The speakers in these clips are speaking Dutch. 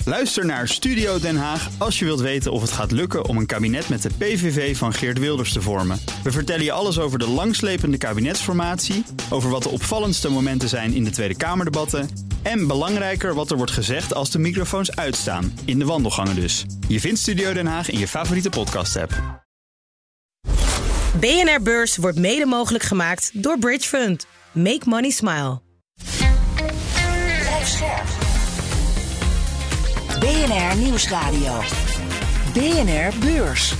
Luister naar Studio Den Haag als je wilt weten of het gaat lukken om een kabinet met de PVV van Geert Wilders te vormen. We vertellen je alles over de langslepende kabinetsformatie, over wat de opvallendste momenten zijn in de Tweede Kamerdebatten en belangrijker wat er wordt gezegd als de microfoons uitstaan, in de wandelgangen dus. Je vindt Studio Den Haag in je favoriete podcast-app. BNR Beurs wordt mede mogelijk gemaakt door Bridge Fund. Make money smile. Blijf scherp. BNR Nieuwsradio. BNR Beurs.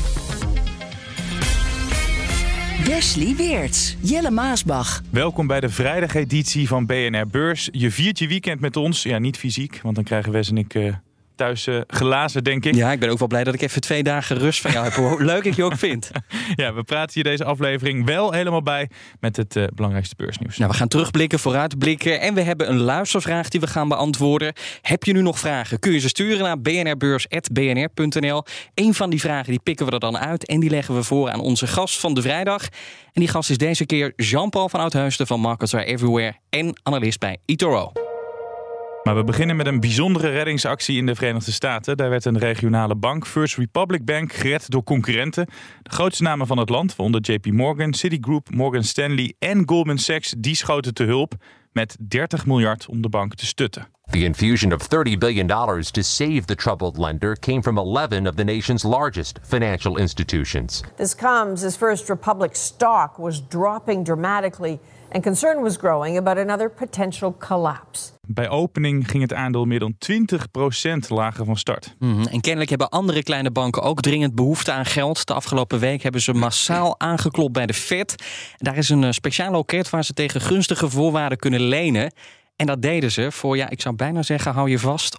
Wesley Weerts, Jelle Maasbach. Welkom bij de vrijdageditie van BNR Beurs. Je viert je weekend met ons. Ja, niet fysiek, want dan krijgen Wes en ik thuis glazen, denk ik. Ja, ik ben ook wel blij dat ik even 2 dagen rust van jou heb. Hoe leuk ik je ook vind. Ja, we praten hier deze aflevering wel helemaal bij met het belangrijkste beursnieuws. Nou, we gaan terugblikken, vooruitblikken en we hebben een luistervraag die we gaan beantwoorden. Heb je nu nog vragen? Kun je ze sturen naar bnrbeurs@bnr.nl. Eén van die vragen die pikken we er dan uit en die leggen we voor aan onze gast van de vrijdag. En die gast is deze keer Jean-Paul van Oudheusden van Markets Are Everywhere en analist bij eToro. Maar we beginnen met een bijzondere reddingsactie in de Verenigde Staten. Daar werd een regionale bank, First Republic Bank, gered door concurrenten. De grootste namen van het land, waaronder JP Morgan, Citigroup, Morgan Stanley en Goldman Sachs, die schoten te hulp met 30 miljard om de bank te stutten. The infusion of $30 billion to save the troubled lender came from 11 of the nation's largest financial institutions. This comes as First Republic stock was dropping dramatically and concern was growing about another potential collapse. Bij opening ging het aandeel meer dan 20% lager van start. En kennelijk hebben andere kleine banken ook dringend behoefte aan geld. De afgelopen week hebben ze massaal aangeklopt bij de Fed. Daar is een speciaal loket waar ze tegen gunstige voorwaarden kunnen lenen. En dat deden ze voor, ik zou bijna zeggen, hou je vast,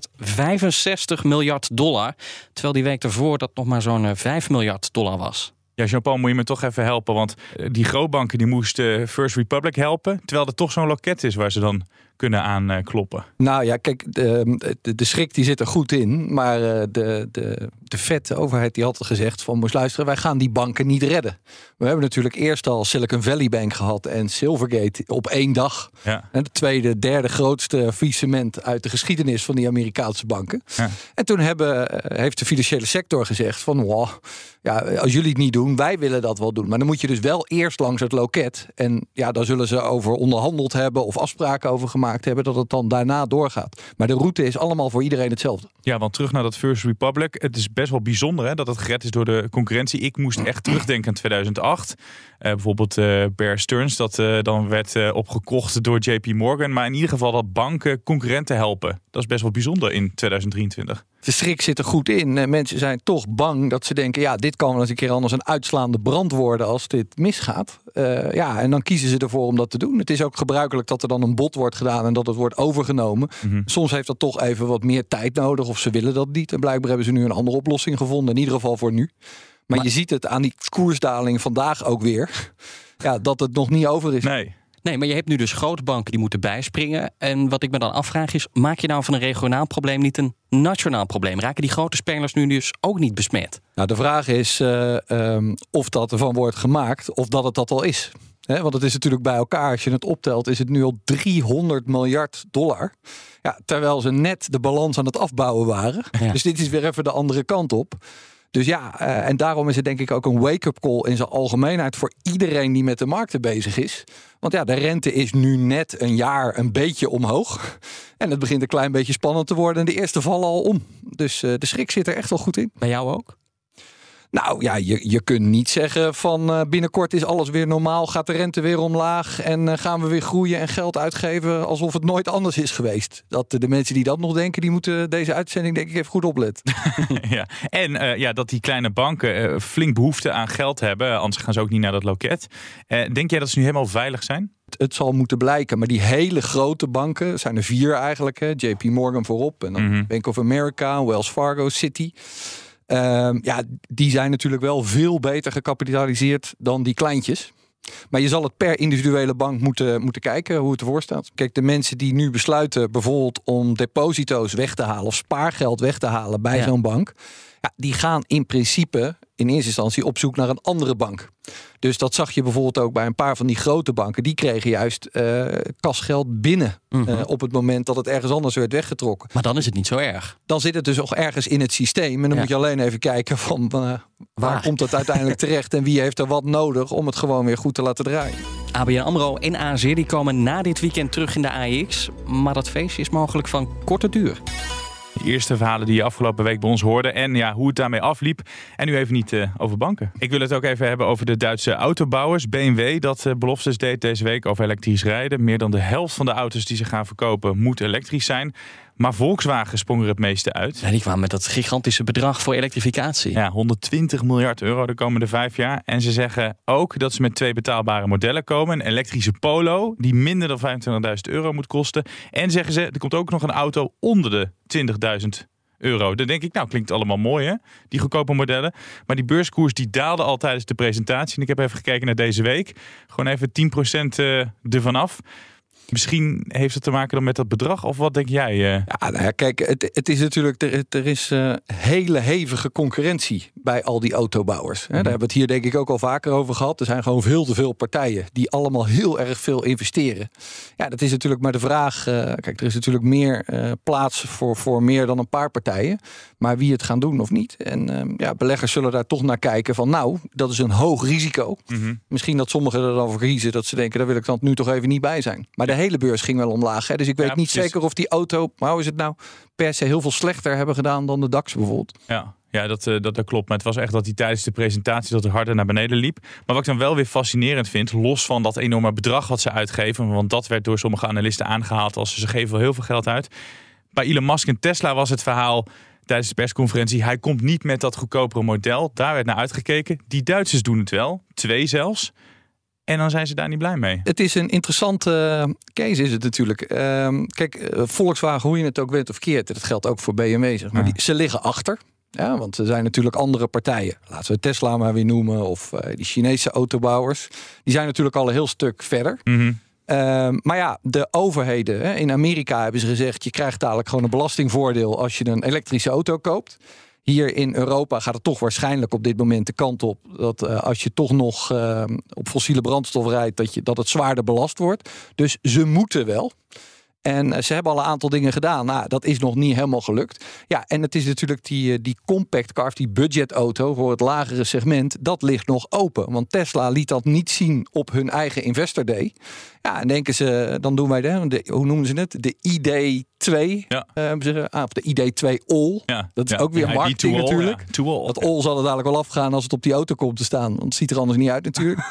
$165 miljard. Terwijl die week daarvoor dat nog maar zo'n $5 miljard was. Ja, Jean-Paul, moet je me toch even helpen, want die grootbanken die moesten First Republic helpen, terwijl er toch zo'n loket is waar ze dan kunnen aankloppen. Nou ja, kijk, de schrik die zit er goed in, maar de Fed, de overheid, die had gezegd van, moest luisteren, wij gaan die banken niet redden. We hebben natuurlijk eerst al Silicon Valley Bank gehad en Silvergate op 1 dag. Ja. En de tweede, derde grootste faillissement uit de geschiedenis van die Amerikaanse banken. Ja. En toen heeft de financiële sector gezegd van, wow, ja, als jullie het niet doen, wij willen dat wel doen. Maar dan moet je dus wel eerst langs het loket. En ja, daar zullen ze over onderhandeld hebben of afspraken over gemaakt hebben, dat het dan daarna doorgaat. Maar de route is allemaal voor iedereen hetzelfde. Ja, want terug naar dat First Republic. Het is best wel bijzonder hè, dat het gered is door de concurrentie. Ik moest echt terugdenken aan 2008. Bijvoorbeeld Bear Stearns, dat dan werd opgekocht door JP Morgan. Maar in ieder geval dat banken concurrenten helpen. Dat is best wel bijzonder in 2023. De schrik zit er goed in. Mensen zijn toch bang dat ze denken, ja, dit kan wel eens een keer anders een uitslaande brand worden als dit misgaat. En dan kiezen ze ervoor om dat te doen. Het is ook gebruikelijk dat er dan een bod wordt gedaan en dat het wordt overgenomen. Mm-hmm. Soms heeft dat toch even wat meer tijd nodig of ze willen dat niet. En blijkbaar hebben ze nu een andere oplossing gevonden, in ieder geval voor nu. Maar je ziet het aan die koersdaling vandaag ook weer, ja, dat het nog niet over is. Nee, maar je hebt nu dus grote banken die moeten bijspringen. En wat ik me dan afvraag is, maak je nou van een regionaal probleem niet een nationaal probleem? Raken die grote spelers nu dus ook niet besmet? Nou, de vraag is of dat ervan wordt gemaakt of dat het dat al is. Want het is natuurlijk bij elkaar, als je het optelt, is het nu al $300 miljard. Ja, terwijl ze net de balans aan het afbouwen waren. Ja. Dus dit is weer even de andere kant op. Dus ja, en daarom is het denk ik ook een wake-up call in zijn algemeenheid voor iedereen die met de markten bezig is. Want ja, de rente is nu net een jaar een beetje omhoog. En het begint een klein beetje spannend te worden en de eerste vallen al om. Dus de schrik zit er echt wel goed in. Bij jou ook? Nou ja, je kunt niet zeggen van binnenkort is alles weer normaal, gaat de rente weer omlaag en gaan we weer groeien en geld uitgeven alsof het nooit anders is geweest. Dat de mensen die dat nog denken, die moeten deze uitzending denk ik even goed opletten. Ja. En dat die kleine banken flink behoefte aan geld hebben, anders gaan ze ook niet naar dat loket. Denk jij dat ze nu helemaal veilig zijn? Het zal moeten blijken, maar die hele grote banken, zijn er 4 eigenlijk, hè? JP Morgan voorop en dan Bank of America, Wells Fargo, Citi. Die zijn natuurlijk wel veel beter gecapitaliseerd dan die kleintjes. Maar je zal het per individuele bank moeten kijken hoe het ervoor staat. Kijk, de mensen die nu besluiten bijvoorbeeld om deposito's weg te halen of spaargeld weg te halen bij zo'n bank. Ja, die gaan in principe in eerste instantie op zoek naar een andere bank. Dus dat zag je bijvoorbeeld ook bij een paar van die grote banken. Die kregen juist kasgeld binnen op het moment dat het ergens anders werd weggetrokken. Maar dan is het niet zo erg. Dan zit het dus nog ergens in het systeem. En dan moet je alleen even kijken van waar komt het uiteindelijk terecht en wie heeft er wat nodig om het gewoon weer goed te laten draaien. ABN AMRO en AZ die komen na dit weekend terug in de AEX. Maar dat feestje is mogelijk van korte duur. De eerste verhalen die je afgelopen week bij ons hoorde en hoe het daarmee afliep. En nu even niet over banken. Ik wil het ook even hebben over de Duitse autobouwers. BMW dat beloftes deed deze week over elektrisch rijden. Meer dan de helft van de auto's die ze gaan verkopen moet elektrisch zijn. Maar Volkswagen sprong er het meeste uit. Ja, die kwamen met dat gigantische bedrag voor elektrificatie. Ja, 120 miljard euro de komende 5 jaar. En ze zeggen ook dat ze met 2 betaalbare modellen komen. Een elektrische Polo die minder dan €25.000 moet kosten. En zeggen ze, er komt ook nog een auto onder de €20.000. Dan denk ik, klinkt allemaal mooi hè, die goedkope modellen. Maar die beurskoers die daalde al tijdens de presentatie. En ik heb even gekeken naar deze week. Gewoon even 10% ervan af. Misschien heeft het te maken dan met dat bedrag, of wat denk jij? Ja, kijk, het is natuurlijk, er is hele hevige concurrentie bij al die autobouwers. Daar hebben we het hier denk ik ook al vaker over gehad. Er zijn gewoon veel te veel partijen die allemaal heel erg veel investeren. Ja, dat is natuurlijk maar de vraag. Kijk, er is natuurlijk meer plaats voor meer dan een paar partijen. Maar wie het gaan doen of niet. En beleggers zullen daar toch naar kijken van dat is een hoog risico. Misschien dat sommigen er dan voor kiezen dat ze denken, daar wil ik dan nu toch even niet bij zijn. Maar de hele beurs ging wel omlaag. Hè? Dus ik weet niet zeker of die auto, is het nou per se heel veel slechter hebben gedaan dan de DAX bijvoorbeeld. Ja, dat klopt. Maar het was echt dat hij tijdens de presentatie dat er harder naar beneden liep. Maar wat ik dan wel weer fascinerend vind, los van dat enorme bedrag wat ze uitgeven, want dat werd door sommige analisten aangehaald als ze geven wel heel veel geld uit. Bij Elon Musk en Tesla was het verhaal tijdens de persconferentie, hij komt niet met dat goedkopere model. Daar werd naar uitgekeken. Die Duitsers doen het wel. 2 zelfs. En dan zijn ze daar niet blij mee. Het is een interessante case is het natuurlijk. Kijk, Volkswagen, hoe je het ook weet of keert, dat geldt ook voor BMW. Zeg maar. Ze liggen achter. Ja, want er zijn natuurlijk andere partijen. Laten we Tesla maar weer noemen. Of die Chinese autobouwers. Die zijn natuurlijk al een heel stuk verder. Maar ja, de overheden in Amerika hebben ze gezegd, je krijgt dadelijk gewoon een belastingvoordeel als je een elektrische auto koopt. Hier in Europa gaat het toch waarschijnlijk op dit moment de kant op dat als je toch nog op fossiele brandstof rijdt, dat het zwaarder belast wordt. Dus ze moeten wel. En ze hebben al een aantal dingen gedaan. Dat is nog niet helemaal gelukt. Ja, en het is natuurlijk die compact car, die budgetauto voor het lagere segment, dat ligt nog open. Want Tesla liet dat niet zien op hun eigen Investor Day. Ja, en denken ze, dan doen wij hoe noemen ze het? De ID2. Ja. Of de ID2 All. Ja. Dat is ook weer marketing natuurlijk. Ja. Dat All zal er dadelijk wel afgaan als het op die auto komt te staan. Want het ziet er anders niet uit natuurlijk.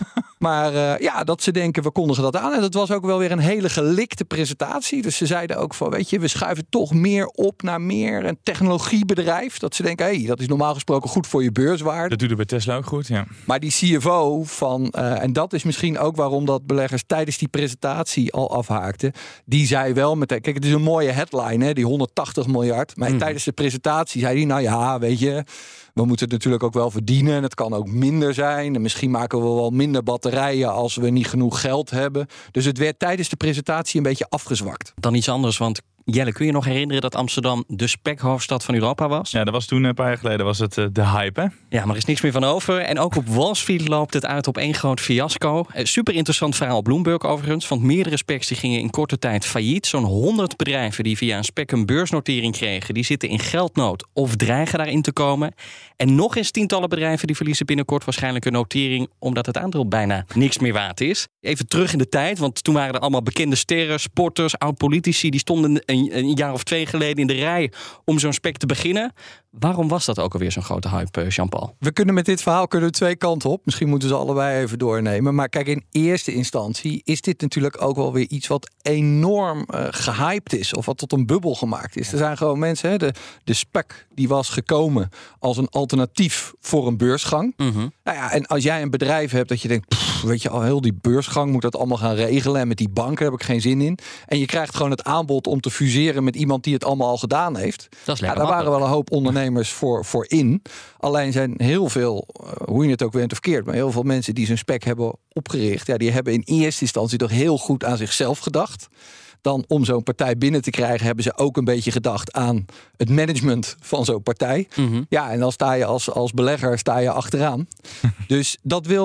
Maar dat ze denken, we kondigen dat aan. En dat was ook wel weer een hele gelikte presentatie. Dus ze zeiden ook van, we schuiven toch meer op naar meer een technologiebedrijf. Dat ze denken, dat is normaal gesproken goed voor je beurswaarde. Dat doet het bij Tesla ook goed, ja. Maar die CFO van, en dat is misschien ook waarom dat beleggers tijdens die presentatie al afhaakten. Die zei wel meteen, kijk, het is een mooie headline, hè, die 180 miljard. Maar tijdens de presentatie zei hij, we moeten het natuurlijk ook wel verdienen. En het kan ook minder zijn. En misschien maken we wel minder batterijen als we niet genoeg geld hebben. Dus het werd tijdens de presentatie een beetje afgezwakt. Dan iets anders, want Jelle, kun je nog herinneren dat Amsterdam de spekhoofdstad van Europa was? Ja, dat was toen een paar jaar geleden was het de hype, hè? Ja, maar er is niks meer van over. En ook op Wall Street loopt het uit op één groot fiasco. Super interessant verhaal op Bloomberg overigens. Want meerdere specs die gingen in korte tijd failliet. Zo'n 100 bedrijven die via een spec een beursnotering kregen, die zitten in geldnood of dreigen daarin te komen. En nog eens tientallen bedrijven die verliezen binnenkort waarschijnlijk een notering, omdat het aandeel bijna niks meer waard is. Even terug in de tijd, want toen waren er allemaal bekende sterren, sporters, oud-politici, die stonden een jaar of 2 geleden in de rij om zo'n spec te beginnen. Waarom was dat ook alweer zo'n grote hype, Jean-Paul? We kunnen met dit verhaal 2 kanten op. Misschien moeten ze allebei even doornemen. Maar kijk, in eerste instantie is dit natuurlijk ook wel weer iets wat enorm gehyped is. Of wat tot een bubbel gemaakt is. Er zijn gewoon mensen, de spec die was gekomen als een alternatief voor een beursgang. Nou ja, en als jij een bedrijf hebt dat je denkt, al heel die beursgang moet dat allemaal gaan regelen. En met die banken heb ik geen zin in. En je krijgt gewoon het aanbod om te fuseren met iemand die het allemaal al gedaan heeft. Dat is lekker daar waren wel een hoop ondernemers voor in. Alleen zijn heel veel, hoe je het ook went of keert, maar heel veel mensen die zo'n spec hebben opgericht, die hebben in eerste instantie toch heel goed aan zichzelf gedacht. dan om zo'n partij binnen te krijgen, hebben ze ook een beetje gedacht aan het management van zo'n partij. Mm-hmm. Ja, en dan sta je als belegger achteraan. Dus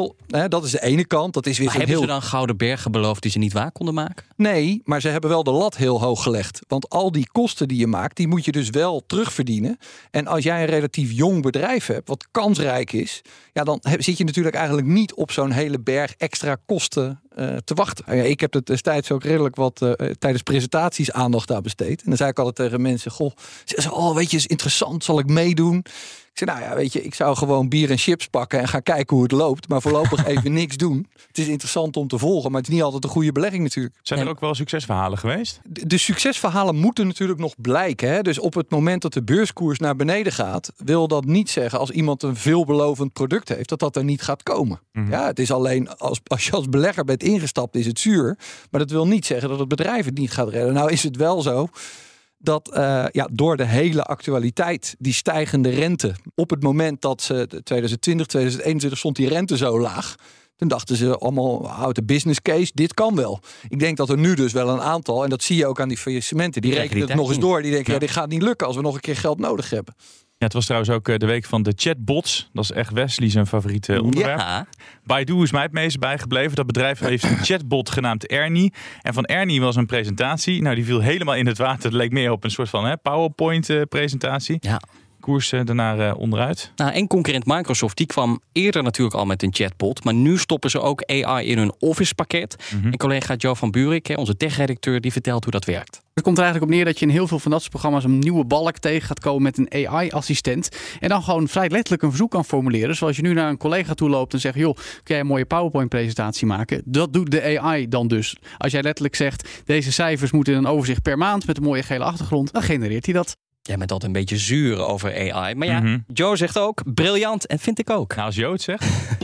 dat is de ene kant. Dat is weer Maar zo'n hebben ze dan gouden bergen beloofd die ze niet waar konden maken? Nee, maar ze hebben wel de lat heel hoog gelegd. Want al die kosten die je maakt, die moet je dus wel terugverdienen. En als jij een relatief jong bedrijf hebt, wat kansrijk is, ja, dan zit je natuurlijk eigenlijk niet op zo'n hele berg extra kosten te wachten. Ja, ik heb het destijds ook redelijk wat tijdens presentaties aandacht aan besteed. En dan zei ik altijd tegen mensen, weet je, is interessant, zal ik meedoen? Ik zei, nou ja, weet je, ik zou gewoon bier en chips pakken en gaan kijken hoe het loopt. Maar voorlopig even niks doen. Het is interessant om te volgen, maar het is niet altijd een goede belegging natuurlijk. Zijn er ook wel succesverhalen geweest? De succesverhalen moeten natuurlijk nog blijken. Hè? Dus op het moment dat de beurskoers naar beneden gaat, wil dat niet zeggen als iemand een veelbelovend product heeft, dat er niet gaat komen. Mm-hmm. Ja, het is alleen als je als belegger bent ingestapt, is het zuur. Maar dat wil niet zeggen dat het bedrijf het niet gaat redden. Nou is het wel zo dat door de hele actualiteit, die stijgende rente, op het moment dat ze 2020, 2021 stond die rente zo laag, toen dachten ze allemaal, houdt de business case, dit kan wel. Ik denk dat er nu dus wel een aantal, en dat zie je ook aan die faillissementen, die rekenen het nog eens door. Die denken, dit gaat niet lukken als we nog een keer geld nodig hebben. Ja, het was trouwens ook de week van de chatbots. Dat is echt Wesley zijn favoriete onderwerp. Ja. Baidu is mij het meest bijgebleven. Dat bedrijf heeft een chatbot genaamd Ernie. En van Ernie was een presentatie. Nou, die viel helemaal in het water. Het leek meer op een soort van PowerPoint-presentatie. Ja. Koers daarna onderuit. Nou, en concurrent Microsoft, die kwam eerder natuurlijk al met een chatbot. Maar nu stoppen ze ook AI in hun Office pakket. Mm-hmm. En collega Joe van Buurik, onze tech-redacteur, die vertelt hoe dat werkt. Het komt er eigenlijk op neer dat je in heel veel van dat soort programma's een nieuwe balk tegen gaat komen met een AI-assistent. En dan gewoon vrij letterlijk een verzoek kan formuleren. Zoals je nu naar een collega toe loopt en zegt, joh, kun jij een mooie PowerPoint-presentatie maken? Dat doet de AI dan dus. Als jij letterlijk zegt, deze cijfers moeten in een overzicht per maand met een mooie gele achtergrond, dan genereert hij dat. Jij bent altijd een beetje zuur over AI. Maar ja, Joe zegt ook, briljant en vind ik ook. Nou, als Joe het zegt.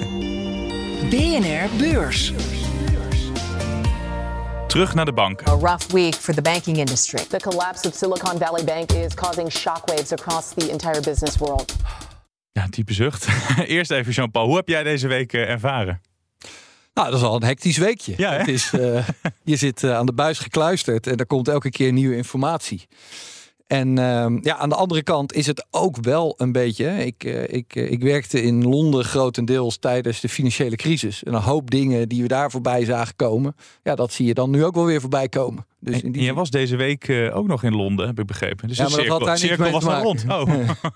BNR Beurs. Terug naar de bank. A rough week for the banking industry. The collapse of Silicon Valley Bank is causing shockwaves across the entire business world. Ja, type zucht. Eerst even Jean-Paul, hoe heb jij deze week ervaren? Nou, dat is al een hectisch weekje. Ja, het is, je zit aan de buis gekluisterd en er komt elke keer nieuwe informatie. En aan de andere kant is het ook wel een beetje. Ik werkte in Londen grotendeels tijdens de financiële crisis. En een hoop dingen die we daar voorbij zagen komen. Ja, dat zie je dan nu ook wel weer voorbij komen. Dus en jij was deze week ook nog in Londen, heb ik begrepen. Dus ja, maar de cirkel was al rond. Oh.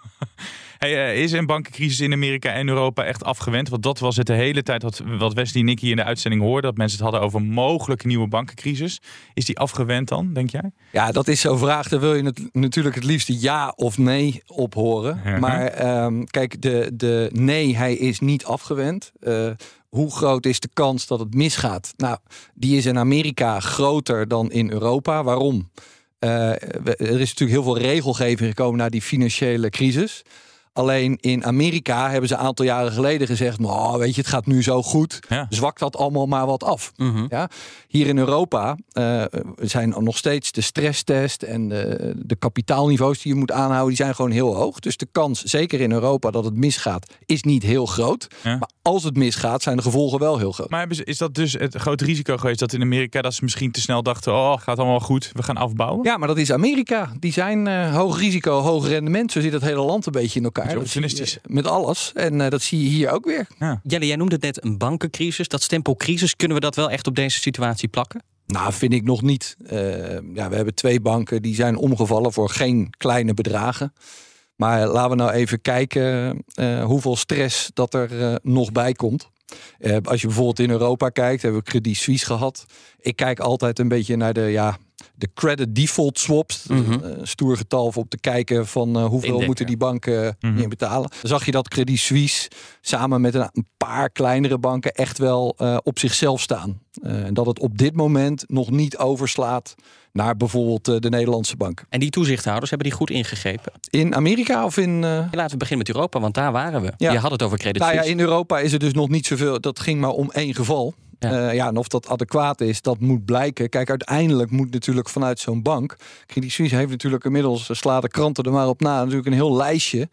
Hey, is een bankencrisis in Amerika en Europa echt afgewend? Want dat was het de hele tijd wat Wesley en ik hier in de uitzending hoorden. Dat mensen het hadden over mogelijke nieuwe bankencrisis. Is die afgewend dan, denk jij? Ja, dat is zo'n vraag. Daar wil je natuurlijk het liefst ja of nee op horen. Uh-huh. Maar kijk, de nee, hij is niet afgewend. Hoe groot is de kans dat het misgaat? Nou, die is in Amerika groter dan in Europa. Waarom? Er is natuurlijk heel veel regelgeving gekomen na die financiële crisis. Alleen in Amerika hebben ze een aantal jaren geleden gezegd, nou, weet je, het gaat nu zo goed. Ja. Zwakt dat allemaal maar wat af. Mm-hmm. Ja? Hier in Europa zijn nog steeds de stresstest en de kapitaalniveaus die je moet aanhouden, die zijn gewoon heel hoog. Dus de kans, zeker in Europa, dat het misgaat, is niet heel groot. Ja. Maar als het misgaat, zijn de gevolgen wel heel groot. Maar is dat dus het grote risico geweest dat in Amerika dat ze misschien te snel dachten, gaat allemaal goed, we gaan afbouwen? Ja, maar dat is Amerika. Die zijn hoog risico, hoog rendement. Zo zit het hele land een beetje in elkaar. Optimistisch. Met alles. En dat zie je hier ook weer. Ja. Jelle, jij noemde het net een bankencrisis. Dat stempel crisis, kunnen we dat wel echt op deze situatie plakken? Nou, vind ik nog niet. We hebben 2 banken die zijn omgevallen voor geen kleine bedragen. Maar laten we nou even kijken hoeveel stress dat er nog bij komt. Als je bijvoorbeeld in Europa kijkt, hebben we Credit Suisse gehad. Ik kijk altijd een beetje naar de credit default swaps. Mm-hmm. Een stoer getal om te kijken van hoeveel moeten die banken in betalen. Dan zag je dat Credit Suisse samen met een paar kleinere banken echt wel op zichzelf staan. En dat het op dit moment nog niet overslaat naar bijvoorbeeld de Nederlandse banken. En die toezichthouders, hebben die goed ingegrepen? In Amerika of in... Laten we beginnen met Europa, want daar waren we. Ja. Je had het over Credit Suisse. In Europa is er dus nog niet zoveel. Dat ging maar om 1 geval. Ja. En of dat adequaat is, dat moet blijken. Kijk, uiteindelijk moet natuurlijk vanuit zo'n bank. Credit Suisse heeft natuurlijk inmiddels, sla de kranten er maar op na, natuurlijk een heel lijstje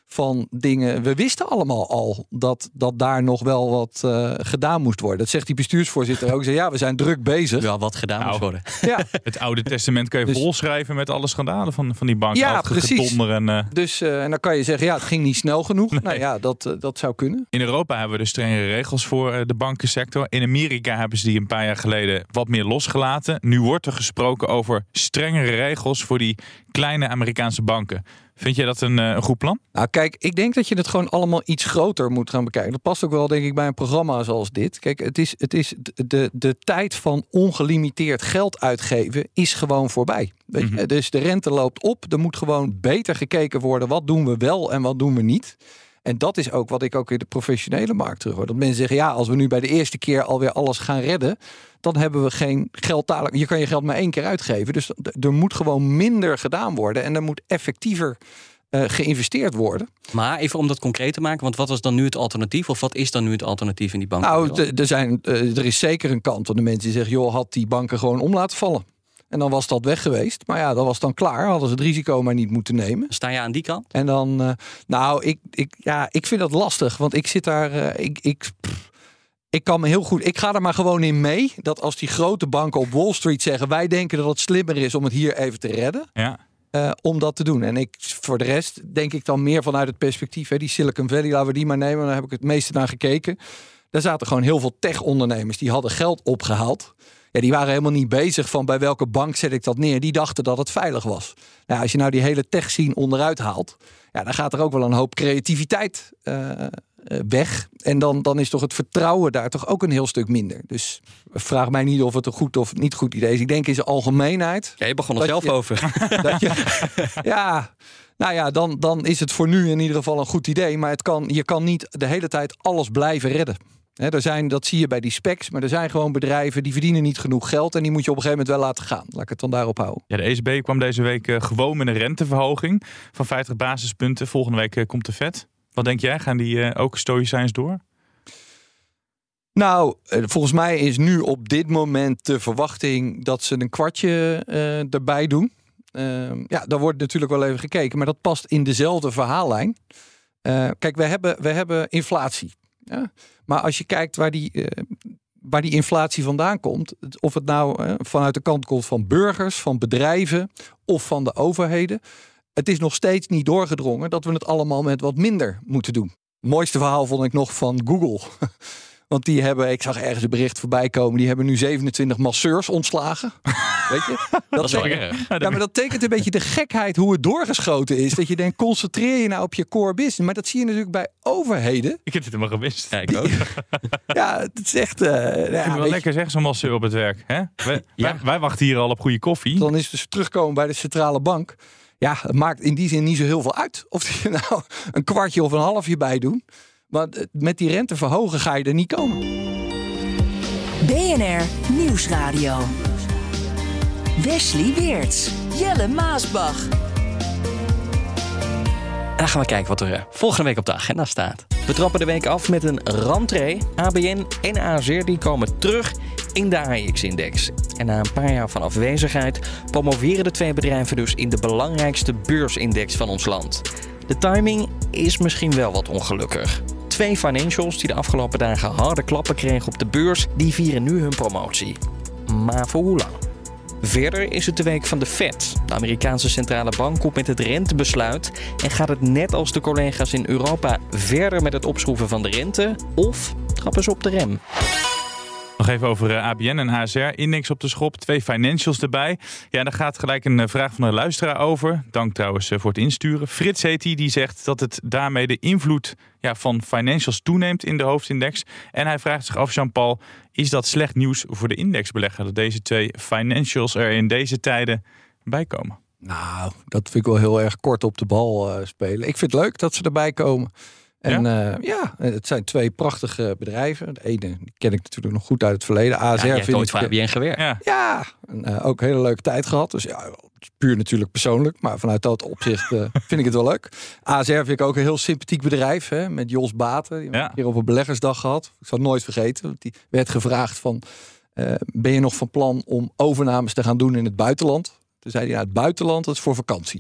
van dingen. We wisten allemaal al dat daar nog wel wat gedaan moest worden. Dat zegt die bestuursvoorzitter ook. Ja, we zijn druk bezig. Wel wat gedaan moest worden. Ja. Het Oude Testament kan je volschrijven met alle schandalen van die bank. Ja, precies. En dus dan kan je zeggen, het ging niet snel genoeg. Nee. Nou ja, dat zou kunnen. In Europa hebben we dus strengere regels voor de bankensector. In Amerika hebben ze die een paar jaar geleden wat meer losgelaten. Nu wordt er gesproken over strengere regels voor die kleine Amerikaanse banken. Vind jij dat een goed plan? Nou kijk, ik denk dat je het gewoon allemaal iets groter moet gaan bekijken. Dat past ook wel denk ik bij een programma zoals dit. Kijk, het is de tijd van ongelimiteerd geld uitgeven is gewoon voorbij. Weet je? Dus de rente loopt op. Er moet gewoon beter gekeken worden. Wat doen we wel en wat doen we niet? En dat is ook wat ik ook in de professionele markt terug hoor. Dat mensen zeggen, als we nu bij de eerste keer alweer alles gaan redden, dan hebben we geen geld dadelijk. Je kan je geld maar 1 keer uitgeven. Dus er moet gewoon minder gedaan worden. En er moet effectiever geïnvesteerd worden. Maar even om dat concreet te maken, want wat is dan nu het alternatief? Of wat is dan nu het alternatief in die banken? Nou, er is zeker een kant van de mensen die zeggen, had die banken gewoon om laten vallen. En dan was dat weg geweest. Maar dat was dan klaar. Hadden ze het risico maar niet moeten nemen. Sta je aan die kant? En dan, ik vind dat lastig. Want ik zit daar, ik kan me heel goed. Ik ga er maar gewoon in mee. Dat als die grote banken op Wall Street zeggen, wij denken dat het slimmer is om het hier even te redden. Ja. Om dat te doen. En voor de rest denk ik dan meer vanuit het perspectief. Die Silicon Valley, laten we die maar nemen. Daar heb ik het meeste naar gekeken. Daar zaten gewoon heel veel tech-ondernemers. Die hadden geld opgehaald. Ja, die waren helemaal niet bezig van bij welke bank zet ik dat neer. Die dachten dat het veilig was. Nou, als je nou die hele tech-scene onderuit haalt, dan gaat er ook wel een hoop creativiteit weg. En dan is toch het vertrouwen daar toch ook een heel stuk minder. Dus vraag mij niet of het een goed of niet goed idee is. Ik denk in zijn algemeenheid. Ja, je begon er zelf over. Dan is het voor nu in ieder geval een goed idee. Maar je kan niet de hele tijd alles blijven redden. Dat zie je bij die specs, maar er zijn gewoon bedrijven die verdienen niet genoeg geld en die moet je op een gegeven moment wel laten gaan. Laat ik het dan daarop houden. Ja, de ECB kwam deze week gewoon met een renteverhoging van 50 basispunten. Volgende week komt de Fed. Wat denk jij? Gaan die ook stoïcijns door? Nou, volgens mij is nu op dit moment de verwachting dat ze een kwartje erbij doen. Daar wordt natuurlijk wel even gekeken, maar dat past in dezelfde verhaallijn. Kijk, we hebben inflatie. Ja? Maar als je kijkt waar die inflatie vandaan komt, of het nou vanuit de kant komt van burgers, van bedrijven of van de overheden, het is nog steeds niet doorgedrongen dat we het allemaal met wat minder moeten doen. Het mooiste verhaal vond ik nog van Google. Want die hebben, ik zag ergens een bericht voorbij komen, die hebben nu 27 masseurs ontslagen. Weet je? Dat is wel erg. Ja, maar dat tekent een beetje de gekheid hoe het doorgeschoten is. Dat je denkt, concentreer je nou op je core business. Maar dat zie je natuurlijk bij overheden. Ik heb het helemaal gemist. Ja, ik ook. Ja, het is echt... ik vind het wel lekker zeg, zo'n masseur op het werk. Hè? Wij wachten hier al op goede koffie. Dan is het dus terugkomen bij de centrale bank. Ja, het maakt in die zin niet zo heel veel uit. Of die er nou een kwartje of een halfje bij doen. Maar met die rente verhogen ga je er niet komen. BNR Nieuwsradio. Wesley Weerts. Jelle Maasbach. En dan gaan we kijken wat er volgende week op de agenda staat. We trappen de week af met een rentree. ABN en ASR die komen terug in de AEX-index. En na een paar jaar van afwezigheid promoveren de 2 bedrijven dus in de belangrijkste beursindex van ons land. De timing is misschien wel wat ongelukkig. 2 financials die de afgelopen dagen harde klappen kregen op de beurs, die vieren nu hun promotie. Maar voor hoe lang? Verder is het de week van de Fed. De Amerikaanse centrale bank komt met het rentebesluit en gaat het net als de collega's in Europa verder met het opschroeven van de rente of trappen ze op de rem? Nog even over ABN en ASR. Index op de schop, 2 financials erbij. Ja, daar gaat gelijk een vraag van een luisteraar over. Dank trouwens voor het insturen. Frits heet die zegt dat het daarmee de invloed van financials toeneemt in de hoofdindex. En hij vraagt zich af, Jean-Paul, is dat slecht nieuws voor de indexbelegger? Dat deze 2 financials er in deze tijden bij komen? Nou, dat vind ik wel heel erg kort op de bal spelen. Ik vind het leuk dat ze erbij komen. En het zijn 2 prachtige bedrijven. De ene die ken ik natuurlijk nog goed uit het verleden. ASR je hebt ooit voor ABN gewerkt. Ja, ook een hele leuke tijd gehad. Dus ja, puur natuurlijk persoonlijk. Maar vanuit dat opzicht vind ik het wel leuk. ASR vind ik ook een heel sympathiek bedrijf. Hè, met Jos Baten. Die hebben een keer op een beleggersdag gehad. Ik zal het nooit vergeten. Want die werd gevraagd van, ben je nog van plan om overnames te gaan doen in het buitenland? Toen zei hij, het buitenland, dat is voor vakantie.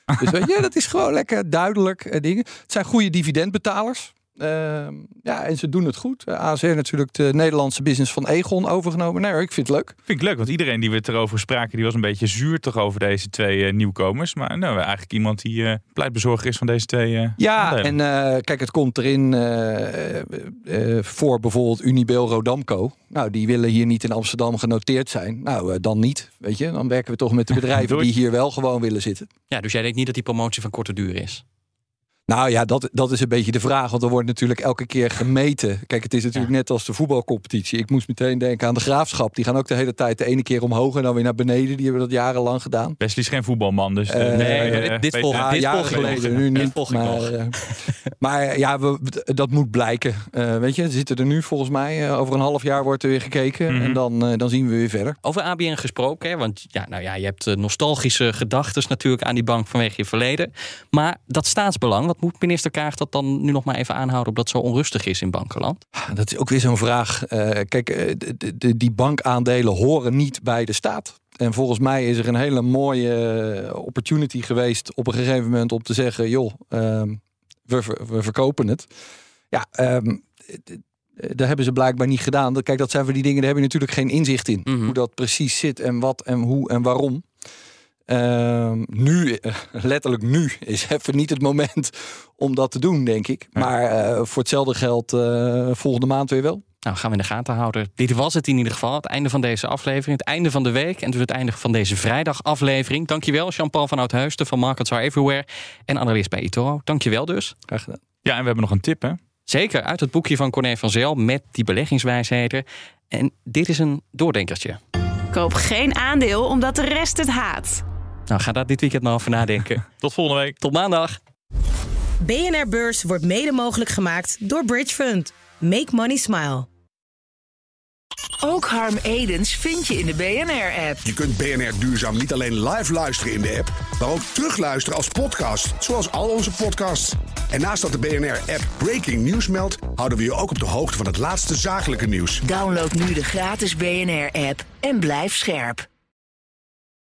Dus weet je, dat is gewoon lekker duidelijk dingen. Het zijn goede dividendbetalers. En ze doen het goed. ASR natuurlijk de Nederlandse business van Aegon overgenomen. Nee, ik vind het leuk. Vind ik leuk, want iedereen die we het erover spraken, die was een beetje zuur toch over deze twee nieuwkomers. Maar nou, eigenlijk iemand die pleitbezorger is van deze twee aandelen. En kijk, het komt erin voor bijvoorbeeld Unibail Rodamco. Nou, die willen hier niet in Amsterdam genoteerd zijn. Nou, dan niet, weet je. Dan werken we toch met de bedrijven die hier wel gewoon willen zitten. Ja, dus jij denkt niet dat die promotie van korte duur is? Nou ja, dat is een beetje de vraag. Want er wordt natuurlijk elke keer gemeten. Kijk, het is natuurlijk net als de voetbalcompetitie. Ik moest meteen denken aan de Graafschap. Die gaan ook de hele tijd de ene keer omhoog en dan weer naar beneden. Die hebben dat jarenlang gedaan. Wesley is geen voetbalman, dus... dit volg ik nu niet. Maar ja, dat moet blijken. Weet je, ze zitten er nu volgens mij. Over een half jaar wordt er weer gekeken. En dan zien we weer verder. Over ABN gesproken, hè? Want je hebt nostalgische gedachten natuurlijk aan die bank vanwege je verleden. Maar dat staatsbelang, wat moet minister Kaag dat dan nu nog maar even aanhouden, omdat het zo onrustig is in bankenland? Dat is ook weer zo'n vraag. Kijk, die bankaandelen horen niet bij de staat. En volgens mij is er een hele mooie opportunity geweest op een gegeven moment om te zeggen, joh, we verkopen het. Ja, dat hebben ze blijkbaar niet gedaan. Kijk, dat zijn van die dingen, daar heb je natuurlijk geen inzicht in. Hoe dat precies zit en wat en hoe en waarom. Letterlijk nu is even niet het moment om dat te doen, denk ik. Maar voor hetzelfde geld volgende maand weer wel. Nou, gaan we in de gaten houden. Dit was het in ieder geval. Het einde van deze aflevering. Het einde van de week. En dus het einde van deze vrijdagaflevering. Dankjewel, Jean-Paul van Oudheusden van Markets Are Everywhere. En analist bij eToro. Dankjewel dus. Graag gedaan. Ja, en we hebben nog een tip, hè? Zeker, uit het boekje van Corné van Zijl met die beleggingswijsheden. En dit is een doordenkertje. Koop geen aandeel omdat de rest het haat. Nou, ga daar dit weekend maar over nadenken. Tot volgende week. Tot maandag. BNR Beurs wordt mede mogelijk gemaakt door Bridge Fund. Make money smile. Ook Harm Edens vind je in de BNR-app. Je kunt BNR Duurzaam niet alleen live luisteren in de app, maar ook terugluisteren als podcast, zoals al onze podcasts. En naast dat de BNR-app Breaking News meldt, houden we je ook op de hoogte van het laatste zakelijke nieuws. Download nu de gratis BNR-app en blijf scherp.